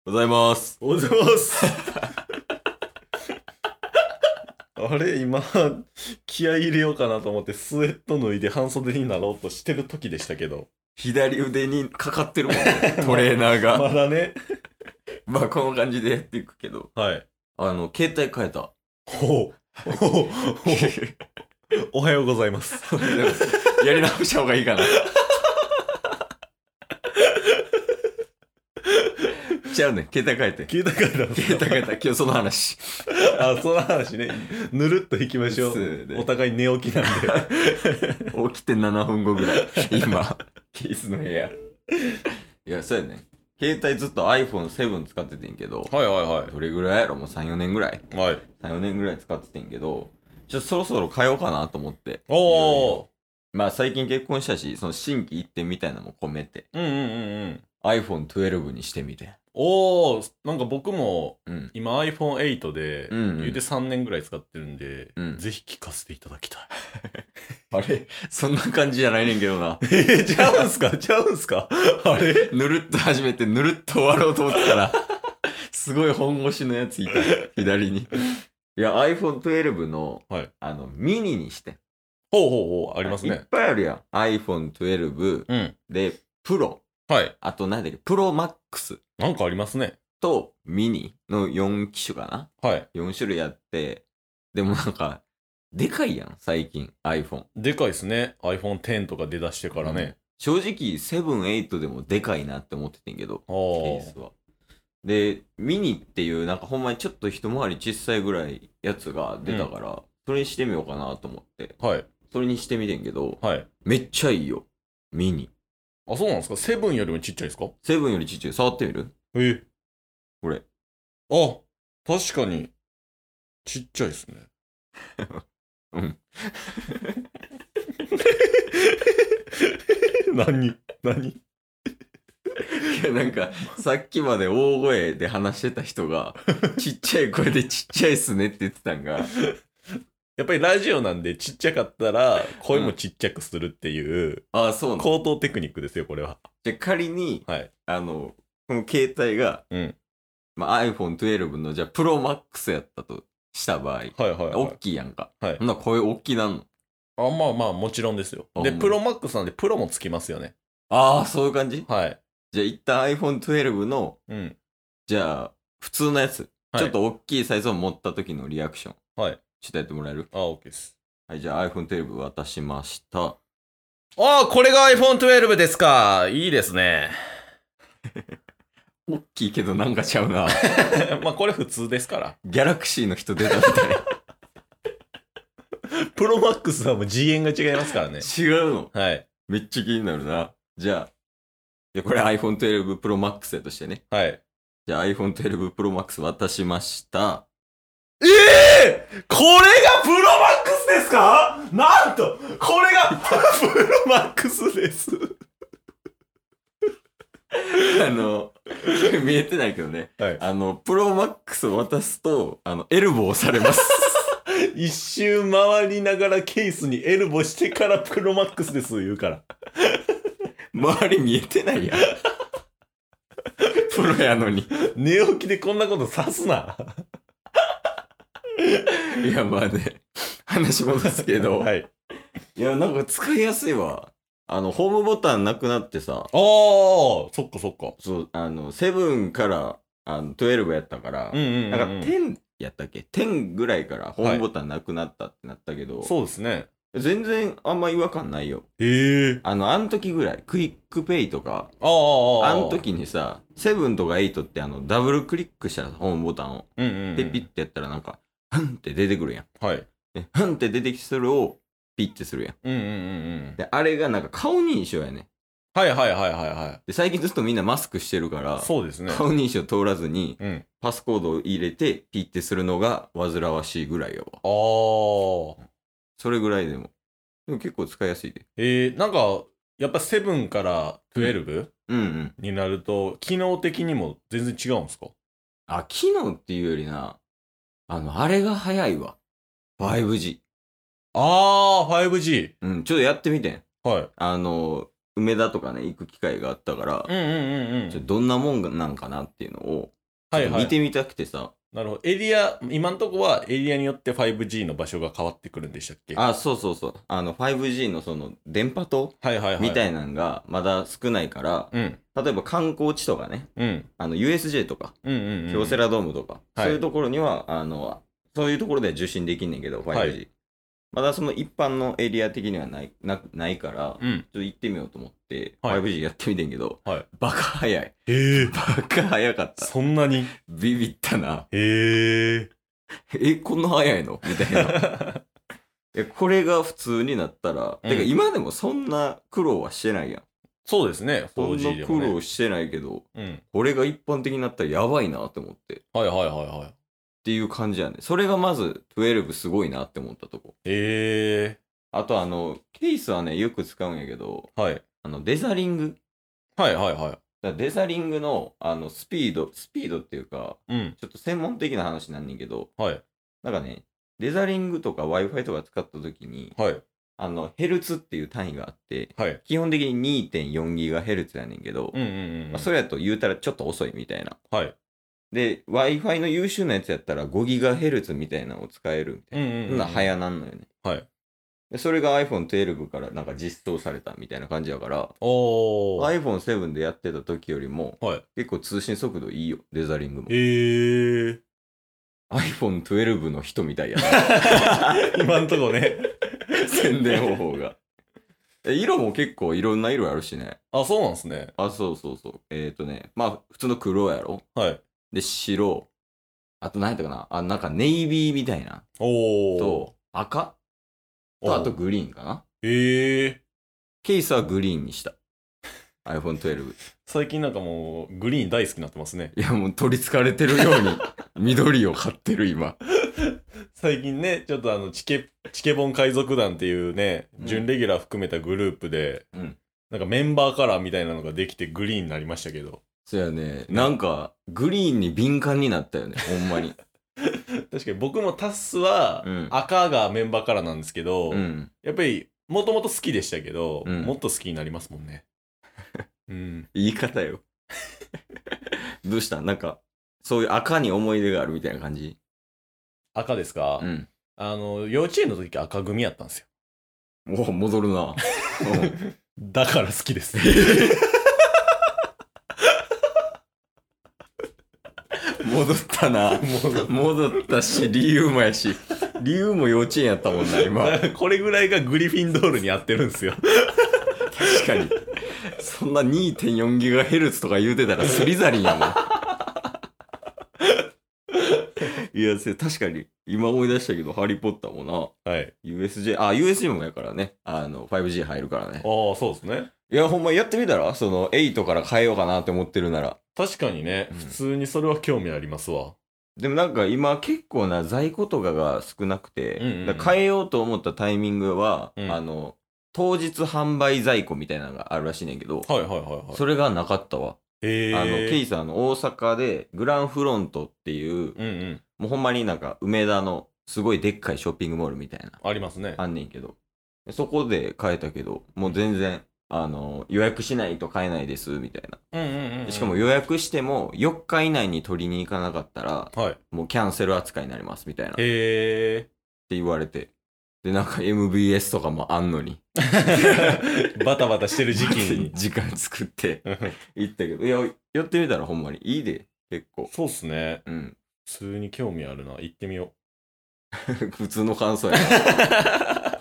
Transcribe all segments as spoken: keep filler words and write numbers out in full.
ございます。 おはようございます。あれ、今、気合い入れようかなと思ってスウェット脱いで半袖になろうとしてる時でしたけど。 左腕にかかってるもんね、トレーナーが。 まだね。 まあ、この感じでやっていくけど。 はい。 あの、携帯変えた。 ほう。ほう。ほう。おはようございます。 やり直した方がいいかな。ちゃうね、携帯変えて。 携帯変えた。 携帯変えた。今日その話。 あ、その話ね。ぬるっといきましょう。お互い寝起きなんで。 起きてななふんごぐらい。今、ケースの部屋。いや、そうやね。携帯ずっと アイフォンセブン 使っててんけど。 はいはいはい。 どれぐらいやろもうさん、よねんぐらい。 はい。 さん、よねんぐらい使っててんけど、ちょっとそろそろ変えようかなと思って。 おー。 まあ最近結婚したし、その新規一点みたいなのも込めて。 うんうんうんうん。 アイフォンじゅうに にしてみて。 おー、なんか僕も、 うん、 今 アイフォンエイト で、 うんうん、 言うてさんねんぐらい使ってるんで、 うん、 ぜひ聞かせていただきたい。 あれそんな感じじゃないねんけどな。 えー、ちゃうんすかちゃうんすかあれぬるっと始めてぬるっと終わろうと思ってたら、すごい本腰のやついた。左に。いや、アイフォンじゅうに の、 はい、 あの、ミニにして。 ほうほうほう、ありますね。 いっぱいあるやん。アイフォンじゅうに、 うん。 で、プロ。 はい。 あと何だっけ、プロマックス。 なんかありますね。 と、ミニのよん機種かな。 はい。 よん種類あって、でもなんか、でかいやん、最近、iPhone。 でかいっすね。アイフォンテン とか出だしてからね。うん、 正直、セブン、エイトでもでかいなって思っててんけど、ケースは。で、ミニっていう、なんかほんまにちょっと一回り小さいぐらいやつが出たから、うん、それにしてみようかなと思って。 はい。 それにしてみてんけど、 はい。 めっちゃいいよ。ミニ。 あ、そうなんですか？セブンよりもちっちゃいですか？ セブンよりちっちゃい。触ってみる？ えこれ。 あ、確かに、ちっちゃいですね。 うん。 何何いや、なんか、さっきまで大声で話してた人が、ちっちゃい声でちっちゃいっすねって言ってたんが、 やっぱりラジオなんでちっちゃかったら声もちっちゃくするっていう、 うん、ああ、そうなの？ 高等テクニックですよ、これは。 じゃ仮に、 はい、 あの、この携帯が、 うん、 まあ、アイフォンじゅうに の、じゃあ、プロマックスやったとした場合、はいはいはい、大きいやんか。はい。ほんなら声大きなんの？ あ、まあまあ、もちろんですよ。で、プロマックスなんで、プロもつきますよね。 ああ、そういう感じ？ はい。 じゃあ、一旦 アイフォンじゅうに の、 うん。 じゃあ、普通のやつ、はい、ちょっと大きいサイズを持った時のリアクション。 はい。 ちょっとやってもらえる？ あ、OK です。 はい、じゃあ アイフォンじゅうに 渡しました。ああ、これが アイフォンじゅうに ですか。いいですね。 大きいけどなんかちゃうな。 まあ、これ普通ですから。 ギャラクシーの人出たみたい。 プロマックスはもう次元が違いますからね。 違うの？ はい。 めっちゃ気になるな。じゃあ、いやこれ アイフォンじゅうに Pro Max やとしてね。 はい。 じゃあ アイフォンじゅうに Pro Max 渡しました。 ええー、これがプロマックスですか？なんとこれがプロマックスです。 あの、見えてないけどね。はい、あの、プロマックスを渡すと、あの、エルボーされます。 一周回りながらケースにエルボしてからプロマックスです言うから。 周り見えてないやん。プロやのに。 寝起きでこんなことさすな。 いや、まあね、話戻すけど。 はい。 いや、なんか使いやすいわ。あの、ホームボタンなくなってさ。ああ、 そっかそっか。 そう、あの、セブンから、あの、じゅうにやったから、うんうんうんうん、なんかじゅうやったっけ ?じゅう ぐらいからホームボタンなくなったってなったけど。はい、 そうですね。 全然あんま違和感ないよ。 へえ。 あの、あの時ぐらい、クイックペイとか、 ああ、 あの時にさ、セブンとかエイトってあの、ダブルクリックしたらホームボタンを、うんうんうん、で、ピッてやったらなんか、ふんって出てくるやん。はい。で、ふんって出てきてそれを、ピッてするやん。うんうんうんうん。で、あれがなんか顔認証やね。 はいはいはいはいはい。 で、最近ずっとみんなマスクしてるから、 そうですね。 顔認証通らずに、うん、パスコードを入れて、ピッてするのが煩わしいぐらいやわ。ああ。それぐらいでも。でも結構使いやすいで。 えー、なんか、やっぱセブンからじゅうに、うんうん、になると、機能的にも全然違うんですか？ あ、機能っていうよりな、あの、あれが早いわ。ファイブジー。 あー、ファイブジー。うん、ちょっとやってみてん。 はい。 あの、梅田とかね、行く機会があったから、うんうんうんうん。どんなもんなんかなっていうのをはいはい、見てみたくてさ。 なるほど。エリア、今んとこはエリアによって ファイブジー の場所が変わってくるんでしたっけ？ あ、そうそうそう。あの ファイブジー のその電波塔、はいはいはい、みたいなのがまだ少ないから、うん、例えば観光地とかね、うん、あの ユーエスジェー とか、うんうんうん、京セラドームとか、はい、そういうところにはあのそういうところで受信できんねんけど ファイブジー、はい、まだその一般のエリア的にはない、な、ないから、うん、ちょっと行ってみようと思って、はい、ファイブジー やってみてんけど、はい、バカ早い。へー。バカ早かった。 そんなにビビったな。 へー。 え、こんな早いのみたいな。え、これが普通になったら、うん、てか今でもそんな苦労はしてないやん。 そうですね、フォージー でもね。 そんな苦労してないけど、うん、これが一般的になったらやばいなって思って。 はいはいはいはい。 っていう感じやね。それがまずじゅうにすごいなって思ったとこ。 へえ。 あとあの、ケースはね、よく使うんやけど、はい。あの、デザリング。 はいはいはい。 だデザリングの、あの、スピード、スピードっていうか、うん、ちょっと専門的な話なんねんけど、はい。なんかね、デザリングとか Wi-Fi とか使った時に、はい。あの、ヘルツっていう単位があって、はい。基本的に にてんよんギガヘルツ やねんけど、うんうんうん、まあ、それやと言うたらちょっと遅いみたいな。はい。で、Wi-Fi の優秀なやつやったら ごギガヘルツ みたいなのを使えるみたいな。うんうんうん、そんな早なんのよね。はい。で、それが アイフォンじゅうに からなんか実装されたみたいな感じやから、おー。アイフォンセブン でやってた時よりも、はい、結構通信速度いいよ、デザリングも。へー。アイフォンじゅうに の人みたいやな。 今んとこね。 宣伝方法が。色も結構いろんな色あるしね。 あ、そうなんすね。 あ、そうそうそう。えっ、ー、とね、まあ、普通の黒やろ。はい。で、白。あと何やったかなあ、なんかネイビーみたいな。おー。と、赤と、あとグリーンかな。へえ。ケースはグリーンにした。アイフォンじゅうに。 最近なんかもう、グリーン大好きになってますね。 いや、もう取り憑かれてるように、緑を買ってる今。 最近ね、ちょっとあの、チケ、チケボン海賊団っていうね、うん、準レギュラー含めたグループで、うん、なんかメンバーカラーみたいなのができてグリーンになりましたけど。 そうやね。なんか、グリーンに敏感になったよね、ほんまに。 確かに僕もタスは赤がメンバーカラーなんですけど、うん、やっぱりもともと好きでしたけど、うん、もっと好きになりますもんね。 うん、言い方よ。どうしたなんか、そういう赤に思い出があるみたいな感じ？ 赤ですか？うん。あの、幼稚園の時赤組やったんですよ。 お戻るな。 だから好きです。 戻ったな。戻ったし、理由もやし。理由も幼稚園やったもんな、今。 これぐらいがグリフィンドールに合ってるんですよ。 確かに。そんな にてんよんギガヘルツ とか言うてたらスリザリンやもん。いや、確かに、今思い出したけど、ハリーポッターもな。はい。ユーエスジェー、あ、ユーエスジェー もやからね。あの、ファイブジー 入るからね。 ああ、そうですね。 いや、ほんまやってみたらその、エイトから変えようかなって思ってるなら。 確かにね、うん、普通にそれは興味ありますわ。 でもなんか今結構な在庫とかが少なくて、うんうんうん、変えようと思ったタイミングは、うん、あの、当日販売在庫みたいなのがあるらしいねんけど、はいはいはいはい。それがなかったわ。へー。あの、ケイさんの大阪でグランフロントっていう、うんうん、もうほんまになんか梅田のすごいでっかいショッピングモールみたいな。 ありますね。 あんねんけど。そこで買えたけど、もう全然、あの、予約しないと買えないです、みたいな。うんうんうんうん、しかも予約してもよっか以内に取りに行かなかったら、はい、もうキャンセル扱いになります、みたいな。へー。って言われて。で、なんか エムビーエス とかもあんのに。 バタバタしてる時期に。 時間作って行ったけど、いや、やってみたらほんまにいいで、結構。 そうっすね。うん。普通に興味あるな。行ってみよう。普通の感想やな。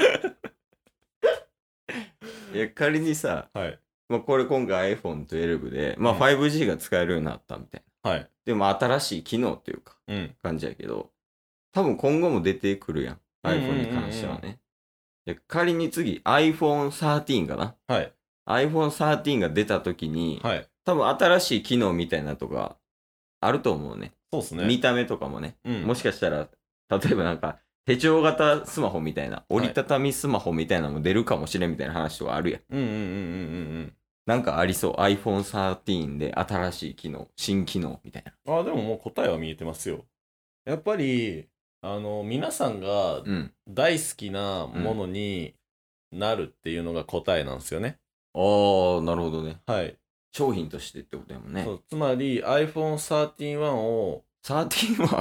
いや、仮にさ、はい。まあ、これ今回 アイフォンじゅうに で、まあ ファイブジー が使えるようになったみたいな。はい。でも新しい機能っていうか、うん、感じやけど、多分今後も出てくるやん。iPhone に関してはね。で仮に次 アイフォンサーティーン かな。はい。アイフォンサーティーン が出た時に、はい。多分新しい機能みたいなとかあると思うね。 そうっすね。 見た目とかもね。うん、もしかしたら、例えばなんか、手帳型スマホみたいな、折りたたみスマホみたいなのも出るかもしれんみたいな話とかあるやん。うんうんうんうんうん。なんかありそう。アイフォンサーティーン で新しい機能、新機能みたいな。 ああ、でももう答えは見えてますよ。やっぱり、あの、皆さんが大好きなものになるっていうのが答えなんですよね。 うん、ああ、なるほどね。 はい。 商品としてってことやもんね。 そう、つまり アイフォンサーティーン を、 サーティワン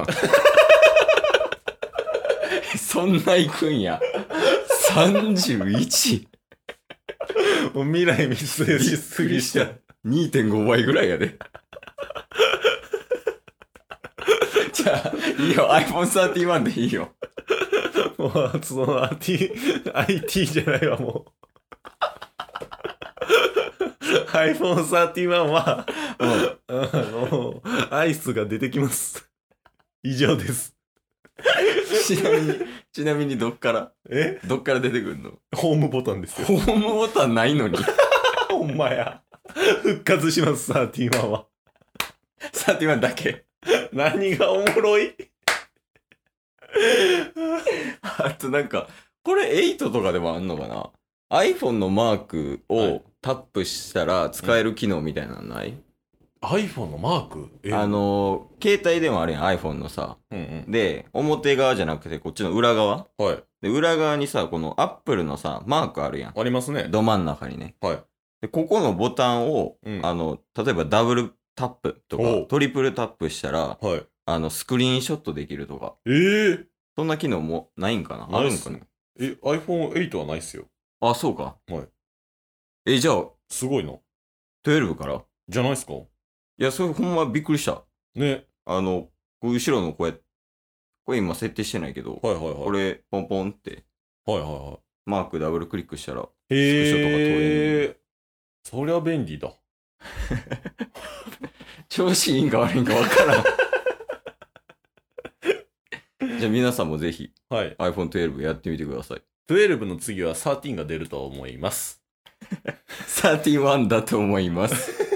そんな行くんや。さんじゅういち? もう未来見据えすぎしちゃう。 にてんご 倍ぐらいやで。じゃあ、いいよ。アイフォンサーティワン でいいよ。 もう、その アイティー、アイティー じゃないわ、もう。アイフォンサーティワン は、うん、あの、アイスが出てきます。以上です。 ちなみに、ちなみにどっからえどっから出てくるの？ ホームボタンですよ。 ホームボタンないのに。 ほんまや。復活します、サーティワンは。 サーティワンだけ。 何がおもろい？ あとなんか、これエイトとかでもあんのかな？ iPhone のマークをタップしたら使える機能みたいなのない？うん、 iPhone のマーク？ あのー、携帯でもあるやん、iPhone のさ。うんうん、で、表側じゃなくてこっちの裏側。 はい。 で、裏側にさ、この Apple のさ、マークあるやん。 ありますね。 ど真ん中にね。 はい。 で、ここのボタンを、うん、あの、例えばダブルタップとか、トリプルタップしたら、はい、あの、スクリーンショットできるとか。 ええー、 そんな機能もないんかな？あるんかな？ え、アイフォンエイト はないっすよ。 あ、そうか。 はい。 え、じゃあ、 すごいな。 じゅうにからじゃないっすか？ いや、それほんまびっくりした。 ね。 あの、後ろのこれ、これ今設定してないけど、 はいはいはい。これ、ポンポンって、 はいはいはい。 マークダブルクリックしたら、スクショとか撮れる。そりゃ便利だ。 調子いいんか悪いんか分からん。じゃあ皆さんもぜひ、はい、アイフォントゥエルブ やってみてください。 トゥエルブの次はサーティーンが出ると思います。 サーティワンだと思います。